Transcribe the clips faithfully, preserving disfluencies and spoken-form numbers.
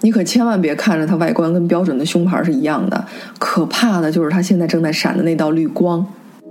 你可千万别看着它外观跟标准的胸牌是一样的，可怕的就是它现在正在闪的那道绿光。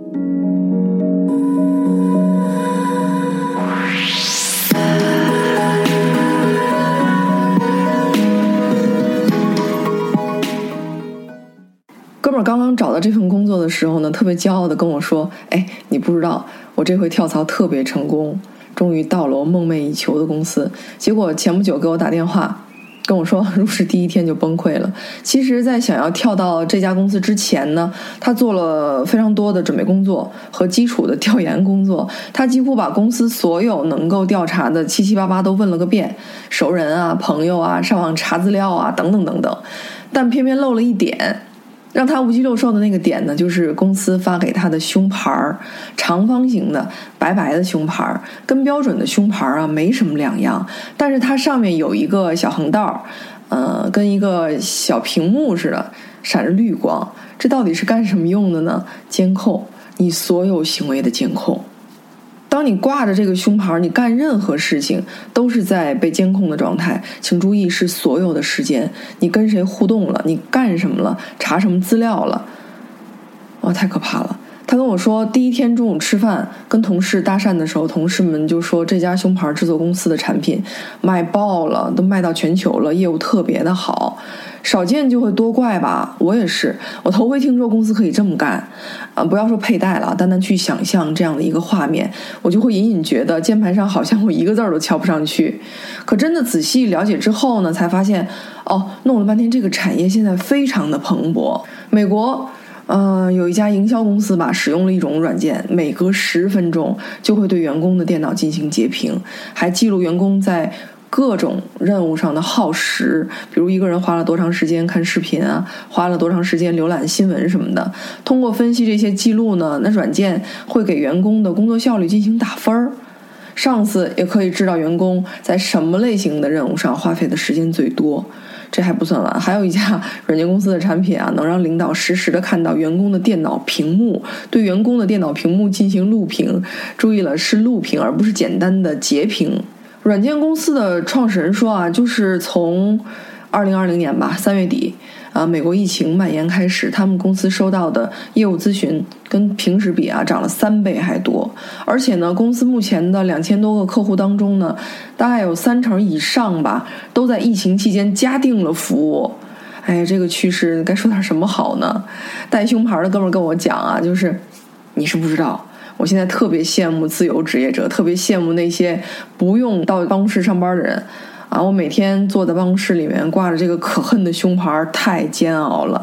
哥们儿刚刚找到这份工作的时候呢，特别骄傲的跟我说，哎，你不知道我这回跳槽特别成功，终于到了我梦寐以求的公司。结果前不久给我打电话跟我说，入职第一天就崩溃了。其实在想要跳到这家公司之前呢，他做了非常多的准备工作和基础的调研工作，他几乎把公司所有能够调查的七七八八都问了个遍，熟人啊、朋友啊、上网查资料啊等等等等，但偏偏漏了一点，让他无鸡六兽的那个点呢，就是公司发给他的胸牌，长方形的白白的胸牌，跟标准的胸牌啊没什么两样，但是它上面有一个小横道，呃，跟一个小屏幕似的，闪着绿光。这到底是干什么用的呢？监控你所有行为的监控。当你挂着这个胸牌，你干任何事情都是在被监控的状态。请注意，是所有的时间，你跟谁互动了，你干什么了，查什么资料了，哇，太可怕了。他跟我说，第一天中午吃饭跟同事搭讪的时候，同事们就说这家胸牌制作公司的产品卖爆了，都卖到全球了，业务特别的好。少见就会多怪吧，我也是，我头回听说公司可以这么干啊！不要说佩戴了，单单去想象这样的一个画面，我就会隐隐觉得键盘上好像我一个字儿都敲不上去。可真的仔细了解之后呢，才发现哦，弄了半天这个产业现在非常的蓬勃。美国呃，有一家营销公司吧，使用了一种软件，每隔十分钟就会对员工的电脑进行截屏，还记录员工在各种任务上的耗时，比如一个人花了多长时间看视频啊，花了多长时间浏览新闻什么的。通过分析这些记录呢，那软件会给员工的工作效率进行打分儿。上司也可以知道员工在什么类型的任务上花费的时间最多。这还不算完，还有一家软件公司的产品啊，能让领导实时的看到员工的电脑屏幕，对员工的电脑屏幕进行录屏。注意了，是录屏而不是简单的截屏。软件公司的创始人说啊，就是从二零二零年吧三月底啊，美国疫情蔓延开始，他们公司收到的业务咨询跟平时比啊涨了三倍还多。而且呢，公司目前的两千多个客户当中呢，大概有三成以上吧都在疫情期间加订了服务。哎，这个趋势该说点什么好呢？带胸牌的哥们儿跟我讲啊，就是你是不知道，我现在特别羡慕自由职业者，特别羡慕那些不用到办公室上班的人啊！我每天坐在办公室里面挂着这个可恨的胸牌，太煎熬了。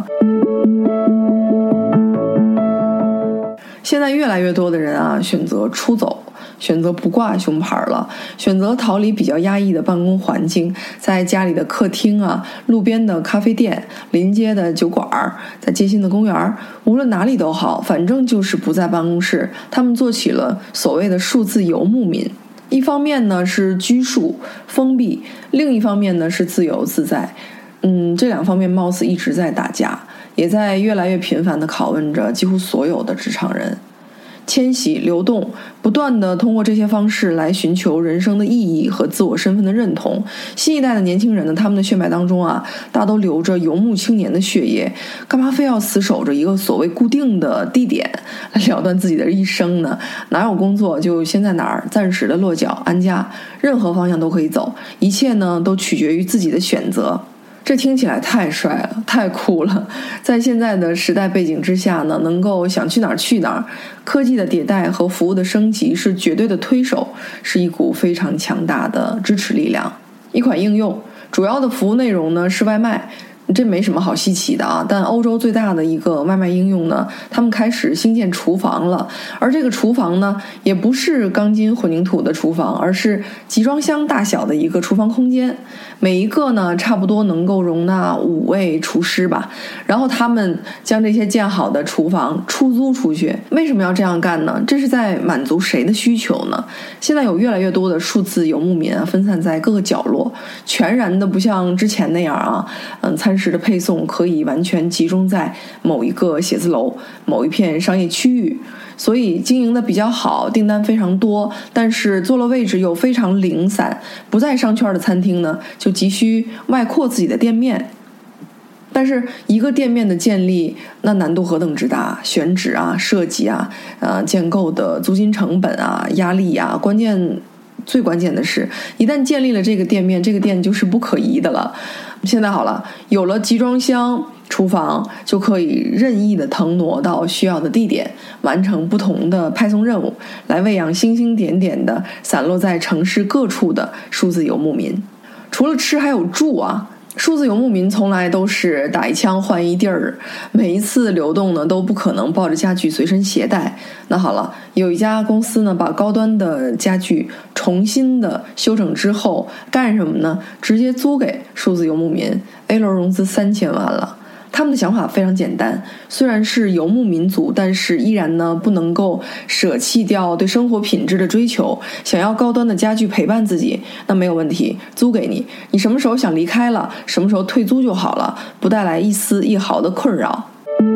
现在越来越多的人啊，选择出走，选择不挂胸牌了，选择逃离比较压抑的办公环境，在家里的客厅啊，路边的咖啡店，临街的酒馆，在街心的公园，无论哪里都好，反正就是不在办公室。他们做起了所谓的数字游牧民，一方面呢是拘束封闭，另一方面呢是自由自在。嗯，这两方面貌似一直在打架，也在越来越频繁地拷问着几乎所有的职场人。迁徙流动，不断地通过这些方式来寻求人生的意义和自我身份的认同。新一代的年轻人呢，他们的血脉当中啊，大都流着游牧青年的血液，干嘛非要死守着一个所谓固定的地点来了断自己的一生呢？哪有工作就先在哪儿暂时的落脚安家，任何方向都可以走，一切呢都取决于自己的选择。这听起来太帅了，太酷了。在现在的时代背景之下呢，能够想去哪儿去哪儿，科技的迭代和服务的升级是绝对的推手，是一股非常强大的支持力量。一款应用主要的服务内容呢是外卖，这没什么好稀奇的啊。但欧洲最大的一个外卖应用呢，他们开始兴建厨房了。而这个厨房呢，也不是钢筋混凝土的厨房，而是集装箱大小的一个厨房空间。每一个呢，差不多能够容纳五位厨师吧。然后他们将这些建好的厨房出租出去。为什么要这样干呢？这是在满足谁的需求呢？现在有越来越多的数字游牧民啊，分散在各个角落，全然的不像之前那样啊，嗯，餐食的配送可以完全集中在某一个写字楼、某一片商业区域。 所以经营的比较好，订单非常多，但是坐落位置又非常零散，不在商圈的餐厅呢，就急需外扩自己的店面。但是一个店面的建立，那难度何等之大，选址啊、设计啊、呃、建构的租金成本啊、压力啊，关键最关键的是，一旦建立了这个店面，这个店就是不可移的了。现在好了，有了集装箱、厨房，就可以任意的腾挪到需要的地点，完成不同的派送任务，来喂养星星点点的散落在城市各处的数字游牧民。除了吃还有住啊，数字游牧民从来都是打一枪换一地儿，每一次流动呢都不可能抱着家具随身携带。那好了，有一家公司呢把高端的家具重新的修整之后干什么呢？直接租给数字游牧民 ，A 轮融资三千万了。他们的想法非常简单，虽然是游牧民族，但是依然呢不能够舍弃掉对生活品质的追求，想要高端的家具陪伴自己，那没有问题，租给你，你什么时候想离开了，什么时候退租就好了，不带来一丝一毫的困扰。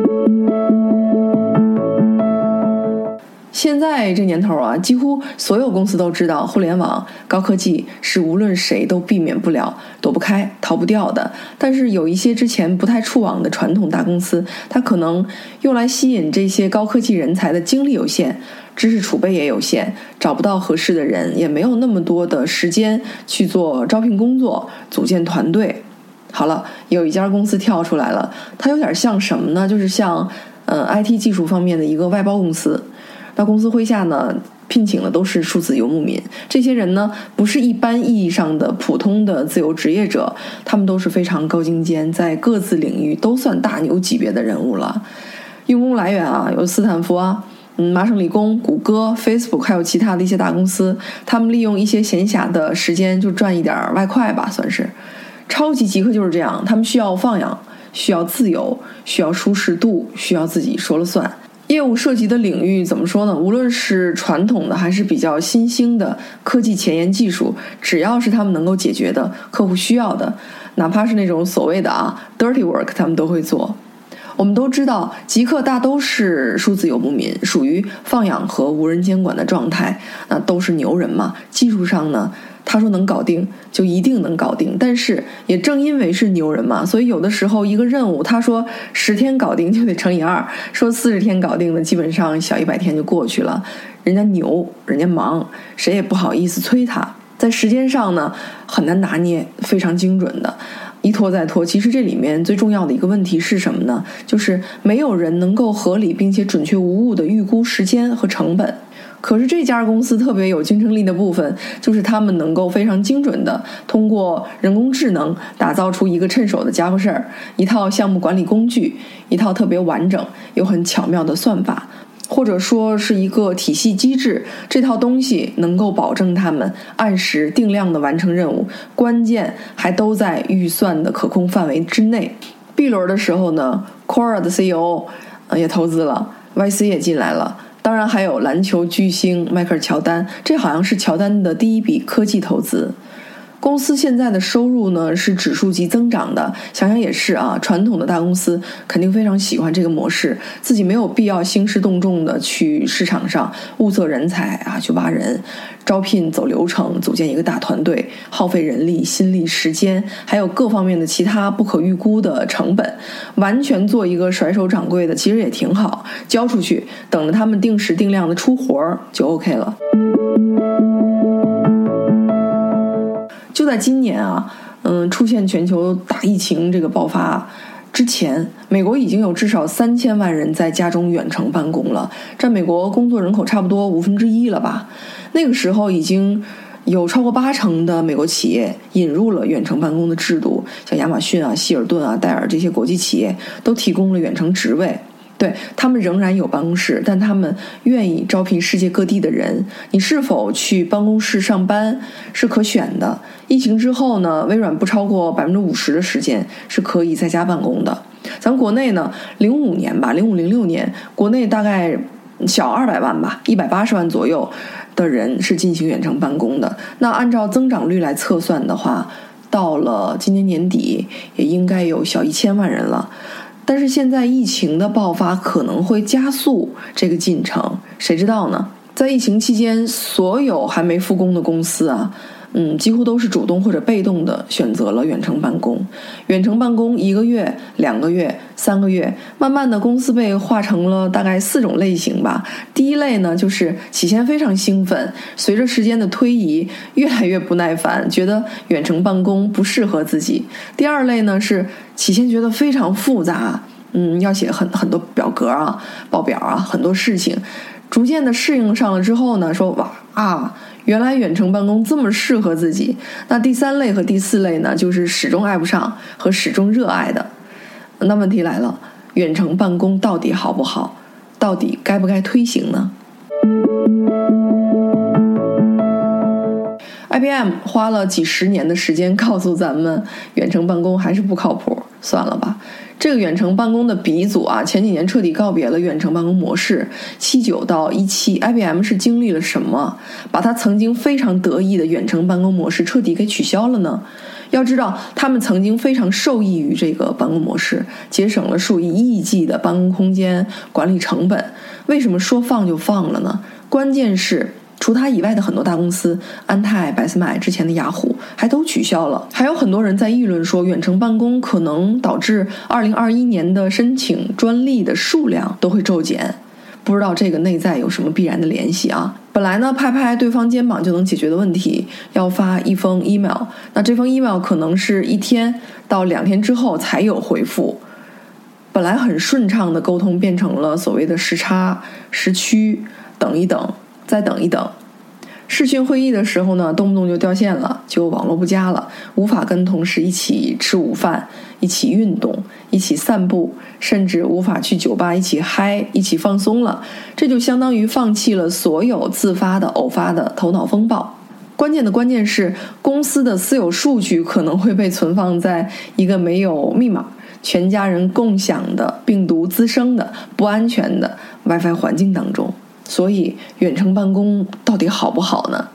现在这年头啊，几乎所有公司都知道，互联网、高科技是无论谁都避免不了、躲不开、逃不掉的。但是有一些之前不太触网的传统大公司，它可能用来吸引这些高科技人才的精力有限，知识储备也有限，找不到合适的人，也没有那么多的时间去做招聘工作、组建团队。好了，有一家公司跳出来了，它有点像什么呢？就是像呃 I T 技术方面的一个外包公司。那公司麾下呢，聘请的都是数字游牧民，这些人呢不是一般意义上的普通的自由职业者，他们都是非常高精尖，在各自领域都算大牛级别的人物了。用工来源啊，有斯坦福啊、嗯、麻省理工、谷歌、Facebook， 还有其他的一些大公司，他们利用一些闲暇的时间就赚一点外快吧，算是。超级极客就是这样，他们需要放养，需要自由，需要舒适度，需要自己说了算。业务涉及的领域怎么说呢？无论是传统的还是比较新兴的科技前沿技术，只要是他们能够解决的客户需要的，哪怕是那种所谓的啊 dirty work， 他们都会做。我们都知道，极客大都是数字游牧民，属于放养和无人监管的状态，那都是牛人嘛。技术上呢，他说能搞定就一定能搞定，但是也正因为是牛人嘛，所以有的时候一个任务他说十天搞定就得乘以二，说四十天搞定的基本上小一百天就过去了。人家牛，人家忙，谁也不好意思催他。在时间上呢很难拿捏，非常精准的，一拖再拖。其实这里面最重要的一个问题是什么呢？就是没有人能够合理并且准确无误的预估时间和成本。可是这家公司特别有竞争力的部分，就是他们能够非常精准的通过人工智能打造出一个趁手的家伙事儿，一套项目管理工具，一套特别完整又很巧妙的算法，或者说是一个体系机制。这套东西能够保证他们按时定量的完成任务，关键还都在预算的可控范围之内。 B 轮的时候呢 Quora 的 C E O 也投资了， Y C 也进来了，当然还有篮球巨星迈克尔乔丹，这好像是乔丹的第一笔科技投资。公司现在的收入呢是指数级增长的，想想也是啊，传统的大公司肯定非常喜欢这个模式，自己没有必要兴师动众的去市场上物色人才啊，去挖人，招聘走流程，组建一个大团队，耗费人力、心力、时间，还有各方面的其他不可预估的成本，完全做一个甩手掌柜的，其实也挺好，交出去，等着他们定时定量的出活就 OK 了。就在今年啊，嗯，出现全球大疫情这个爆发之前，美国已经有至少三千万人在家中远程办公了，占美国工作人口差不多五分之一了吧。那个时候已经有超过八成的美国企业引入了远程办公的制度，像亚马逊啊、希尔顿啊、戴尔这些国际企业都提供了远程职位。对，他们仍然有办公室，但他们愿意招聘世界各地的人。你是否去办公室上班是可选的。疫情之后呢，微软不超过百分之五十的时间是可以在家办公的。咱国内呢，零五年吧，零五零六年，国内大概小二百万吧，一百八十万左右的人是进行远程办公的。那按照增长率来测算的话，到了今年年底也应该有小一千万人了。 但是现在疫情的爆发可能会加速这个进程，谁知道呢？在疫情期间，所有还没复工的公司啊，嗯，几乎都是主动或者被动的选择了远程办公。远程办公一个月、两个月、三个月，慢慢的公司被划成了大概四种类型吧。第一类呢，就是起先非常兴奋，随着时间的推移，越来越不耐烦，觉得远程办公不适合自己。第二类呢，是起先觉得非常复杂，嗯，要写很很多表格啊、报表啊，很多事情。逐渐的适应上了之后呢，说哇啊，原来远程办公这么适合自己。那第三类和第四类呢，就是始终爱不上和始终热爱的。那问题来了，远程办公到底好不好？到底该不该推行呢？ I B M 花了几十年的时间告诉咱们，远程办公还是不靠谱，算了吧。这个远程办公的鼻祖啊，前几年彻底告别了远程办公模式。七九到一七 I B M 是经历了什么，把它曾经非常得意的远程办公模式彻底给取消了呢？要知道，他们曾经非常受益于这个办公模式，节省了数以亿计的办公空间、管理成本。为什么说放就放了呢？关键是除它以外的很多大公司，安泰、百思买、之前的雅虎还都取消了。还有很多人在议论说，远程办公可能导致二零二一年的申请专利的数量都会骤减。不知道这个内在有什么必然的联系啊？本来呢，拍拍对方肩膀就能解决的问题，要发一封 email， 那这封 email 可能是一天到两天之后才有回复。本来很顺畅的沟通变成了所谓的时差、时区，等一等，再等一等。视讯会议的时候呢，动不动就掉线了，就网络不佳了，无法跟同事一起吃午饭，一起运动，一起散步，甚至无法去酒吧一起嗨，一起放松了。这就相当于放弃了所有自发的、偶发的头脑风暴。关键的关键是，公司的私有数据可能会被存放在一个没有密码、全家人共享的、病毒滋生的、不安全的 WiFi 环境当中。所以远程办公到底好不好呢？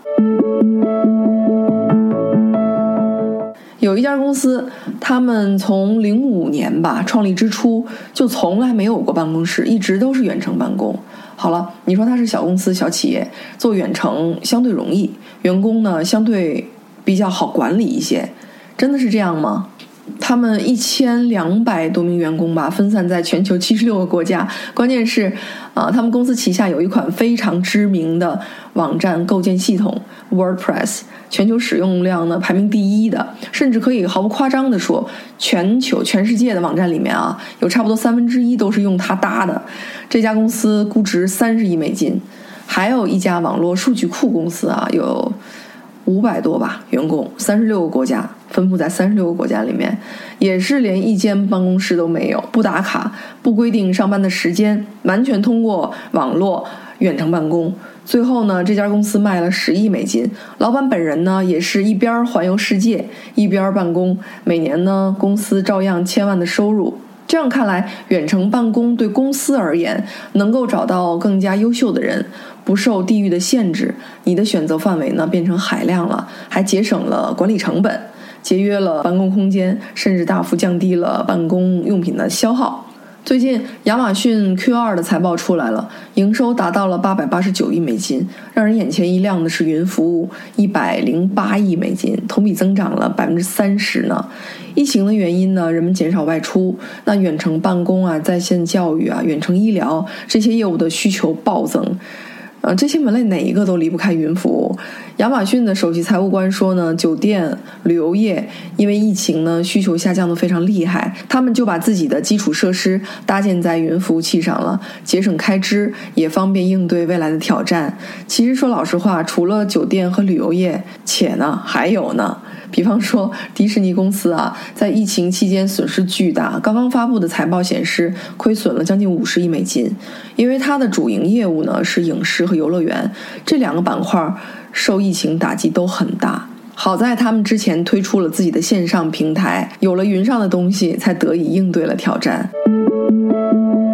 有一家公司，他们从零五年吧创立之初就从来没有过办公室，一直都是远程办公。好了，你说它是小公司、小企业，做远程相对容易，员工呢相对比较好管理一些，真的是这样吗？他们一千两百多名员工吧，分散在全球七十六个国家。关键是，啊、呃，他们公司旗下有一款非常知名的网站构建系统 WordPress， 全球使用量呢排名第一的，甚至可以毫不夸张地说，全球全世界的网站里面啊，有差不多三分之一都是用它搭的。这家公司估值三十亿美金，还有一家网络数据库公司啊，有五百多吧员工，三十六个国家，分布在三十六个国家里面，也是连一间办公室都没有，不打卡，不规定上班的时间，完全通过网络远程办公。最后呢，这家公司卖了十亿美金，老板本人呢也是一边环游世界一边办公，每年呢公司照样千万的收入。这样看来，远程办公对公司而言，能够找到更加优秀的人，不受地域的限制，你的选择范围呢变成海量了，还节省了管理成本，节约了办公空间，甚至大幅降低了办公用品的消耗。最近亚马逊 Q 二 的财报出来了，营收达到了八百八十九亿美金，让人眼前一亮的是云服务一百零八亿美金，同比增长了百分之三十呢。疫情的原因呢，人们减少外出，那远程办公啊、在线教育啊、远程医疗这些业务的需求暴增。呃，这些门类哪一个都离不开云服务。亚马逊的首席财务官说呢，酒店、旅游业因为疫情呢需求下降得非常厉害，他们就把自己的基础设施搭建在云服务器上了，节省开支，也方便应对未来的挑战。其实说老实话，除了酒店和旅游业，且呢还有呢。比方说迪士尼公司啊，在疫情期间损失巨大，刚刚发布的财报显示亏损了将近五十亿美金，因为它的主营业务呢是影视和游乐园，这两个板块受疫情打击都很大。好在他们之前推出了自己的线上平台，有了云上的东西，才得以应对了挑战。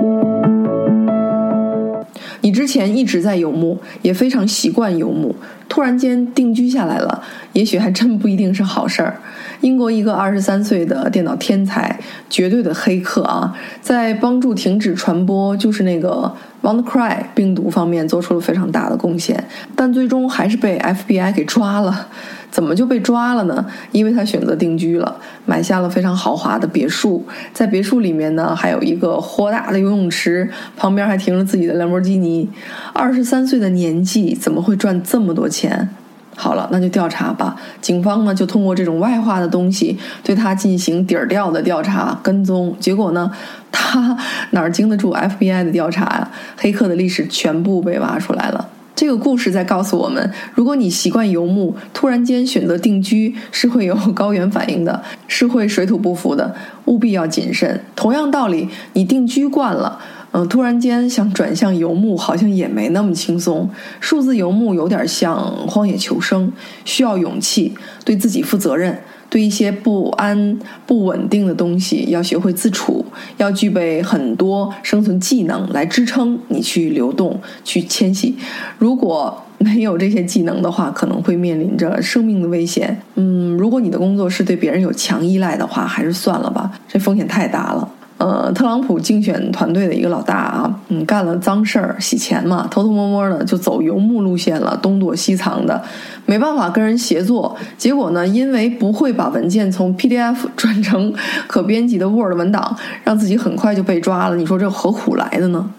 你之前一直在游牧，也非常习惯游牧， 突然间定居下来了，也许还真不一定是好事儿。英国一个二十三岁的电脑天才，绝对的黑客啊，在帮助停止传播就是那个 WannaCry 病毒方面做出了非常大的贡献，但最终还是被 F B I 给抓了。怎么就被抓了呢？因为他选择定居了，买下了非常豪华的别墅，在别墅里面呢还有一个豁大的游泳池，旁边还停了自己的兰博基尼。二十三岁的年纪怎么会赚这么多钱？好了，那就调查吧。警方呢就通过这种外化的东西对他进行底儿调的调查跟踪，结果呢他哪儿经得住 F B I 的调查呀？黑客的历史全部被挖出来了。这个故事在告诉我们，如果你习惯游牧，突然间选择定居，是会有高原反应的，是会水土不服的，务必要谨慎。同样道理，你定居惯了，嗯，突然间想转向游牧，好像也没那么轻松。数字游牧有点像荒野求生，需要勇气，对自己负责任，对一些不安、不稳定的东西要学会自处，要具备很多生存技能来支撑你去流动、去迁徙。如果没有这些技能的话，可能会面临着生命的危险。嗯，如果你的工作是对别人有强依赖的话，还是算了吧，这风险太大了。呃，特朗普竞选团队的一个老大啊，嗯，干了脏事儿，洗钱嘛，偷偷摸摸的就走游牧路线了，东躲西藏的，没办法跟人协作。结果呢，因为不会把文件从 P D F 转成可编辑的 Word 文档，让自己很快就被抓了。你说这何苦来的呢？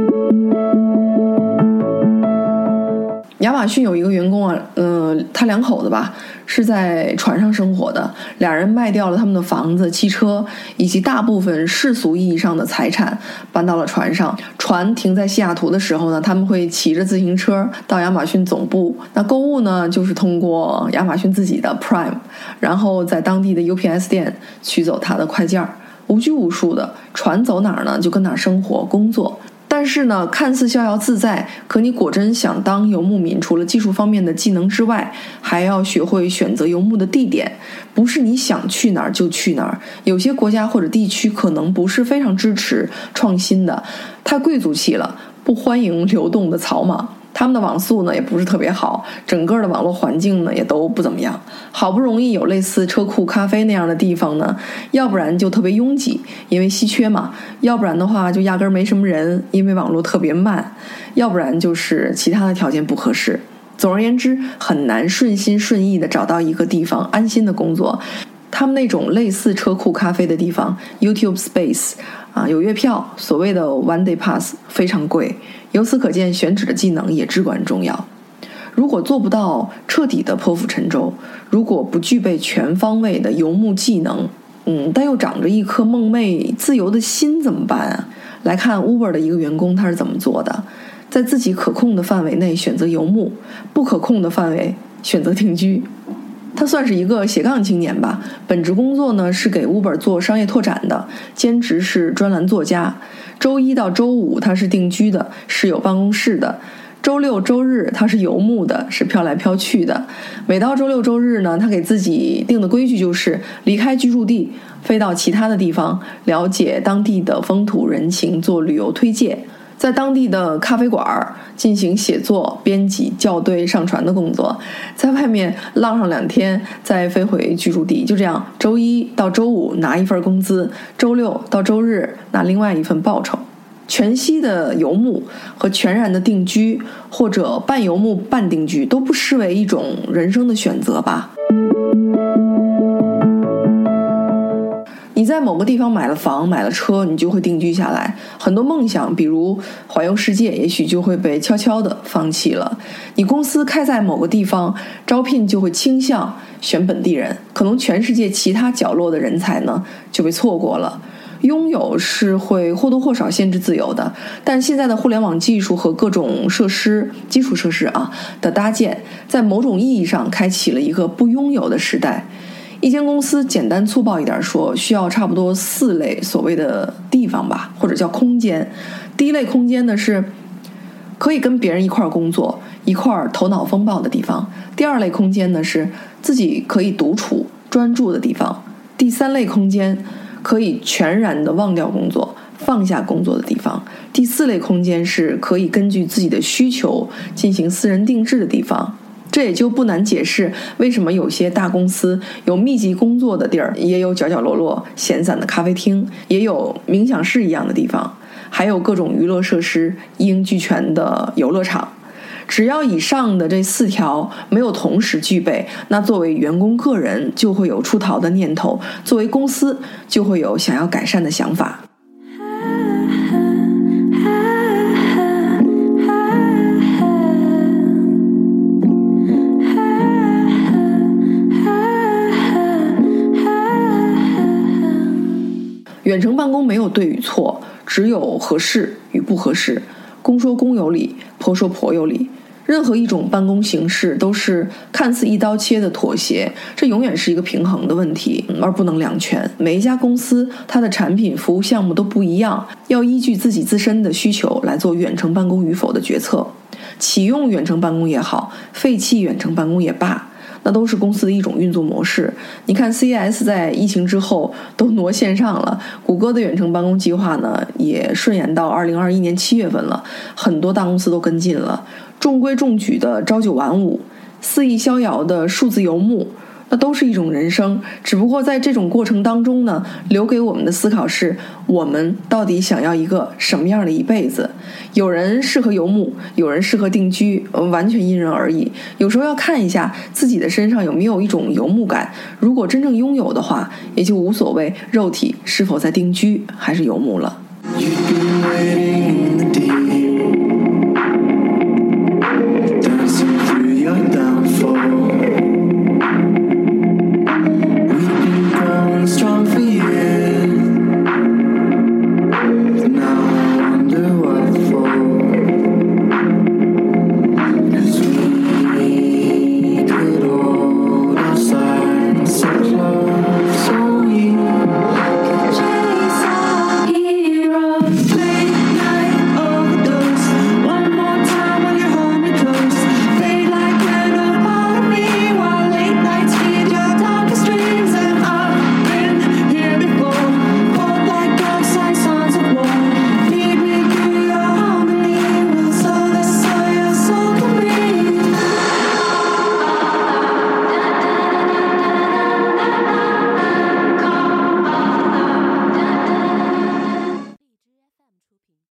亚马逊有一个员工啊，呃，他两口子吧，是在船上生活的，俩人卖掉了他们的房子、汽车以及大部分世俗意义上的财产，搬到了船上。船停在西雅图的时候呢，他们会骑着自行车到亚马逊总部。那购物呢，就是通过亚马逊自己的 Prime， 然后在当地的 U P S 店取走他的快件，无拘无束的，船走哪儿呢，就跟哪儿生活工作。但是呢，看似逍遥自在，可你果真想当游牧民，除了技术方面的技能之外，还要学会选择游牧的地点，不是你想去哪儿就去哪儿。有些国家或者地区可能不是非常支持创新的，太贵族气了，不欢迎流动的草莽。他们的网速呢也不是特别好，整个的网络环境呢也都不怎么样。好不容易有类似车库咖啡那样的地方呢，要不然就特别拥挤，因为稀缺嘛；要不然的话就压根儿没什么人，因为网络特别慢；要不然就是其他的条件不合适。总而言之，很难顺心顺意的找到一个地方安心的工作。他们那种类似车库咖啡的地方 YouTube Space 啊，有月票，所谓的 One Day Pass 非常贵。由此可见，选址的技能也至关重要。如果做不到彻底的破釜沉舟，如果不具备全方位的游牧技能，嗯，但又长着一颗梦寐自由的心怎么办啊？来看 Uber 的一个员工他是怎么做的，在自己可控的范围内选择游牧，不可控的范围选择定居。他算是一个斜杠青年吧，本职工作呢是给 Uber 做商业拓展的，兼职是专栏作家。周一到周五他是定居的，是有办公室的。周六周日他是游牧的，是飘来飘去的。每到周六周日呢，他给自己定的规矩就是离开居住地，飞到其他的地方，了解当地的风土人情，做旅游推介。在当地的咖啡馆进行写作、编辑、校对、上传的工作，在外面浪上两天，再飞回居住地。就这样，周一到周五拿一份工资，周六到周日拿另外一份报酬。全息的游牧和全然的定居，或者半游牧半定居，都不失为一种人生的选择吧。你在某个地方买了房买了车，你就会定居下来，很多梦想比如环游世界也许就会被悄悄地放弃了。你公司开在某个地方，招聘就会倾向选本地人，可能全世界其他角落的人才呢就被错过了。拥有是会或多或少限制自由的，但现在的互联网技术和各种设施基础设施啊的搭建，在某种意义上开启了一个不拥有的时代。一间公司简单粗暴一点说，需要差不多四类所谓的地方吧，或者叫空间。第一类空间呢是可以跟别人一块工作，一块头脑风暴的地方。第二类空间呢是自己可以独处专注的地方。第三类空间可以全然的忘掉工作，放下工作的地方。第四类空间是可以根据自己的需求进行私人定制的地方。 这也就不难解释为什么有些大公司有密集工作的地儿，也有角角落落闲散的咖啡厅，也有冥想室一样的地方，还有各种娱乐设施一应俱全的游乐场。只要以上的这四条没有同时具备，那作为员工个人就会有出逃的念头，作为公司就会有想要改善的想法。远程办公没有对与错，只有合适与不合适，公说公有理，婆说婆有理。任何一种办公形式都是看似一刀切的妥协，这永远是一个平衡的问题，而不能两全。每一家公司它的产品服务项目都不一样，要依据自己自身的需求来做远程办公与否的决策。启用远程办公也好，废弃远程办公也罢，那都是公司的一种运作模式。你看 C E S 在疫情之后都挪线上了，谷歌的远程办公计划呢也顺延到二零二一年七月份了，很多大公司都跟进了。中规中矩的朝九晚五，肆意逍遥的数字游牧，那都是一种人生。只不过在这种过程当中呢，留给我们的思考是，我们到底想要一个什么样的一辈子？有人适合游牧，有人适合定居，完全因人而异。有时候要看一下自己的身上有没有一种游牧感，如果真正拥有的话，也就无所谓肉体是否在定居还是游牧了。You've been waiting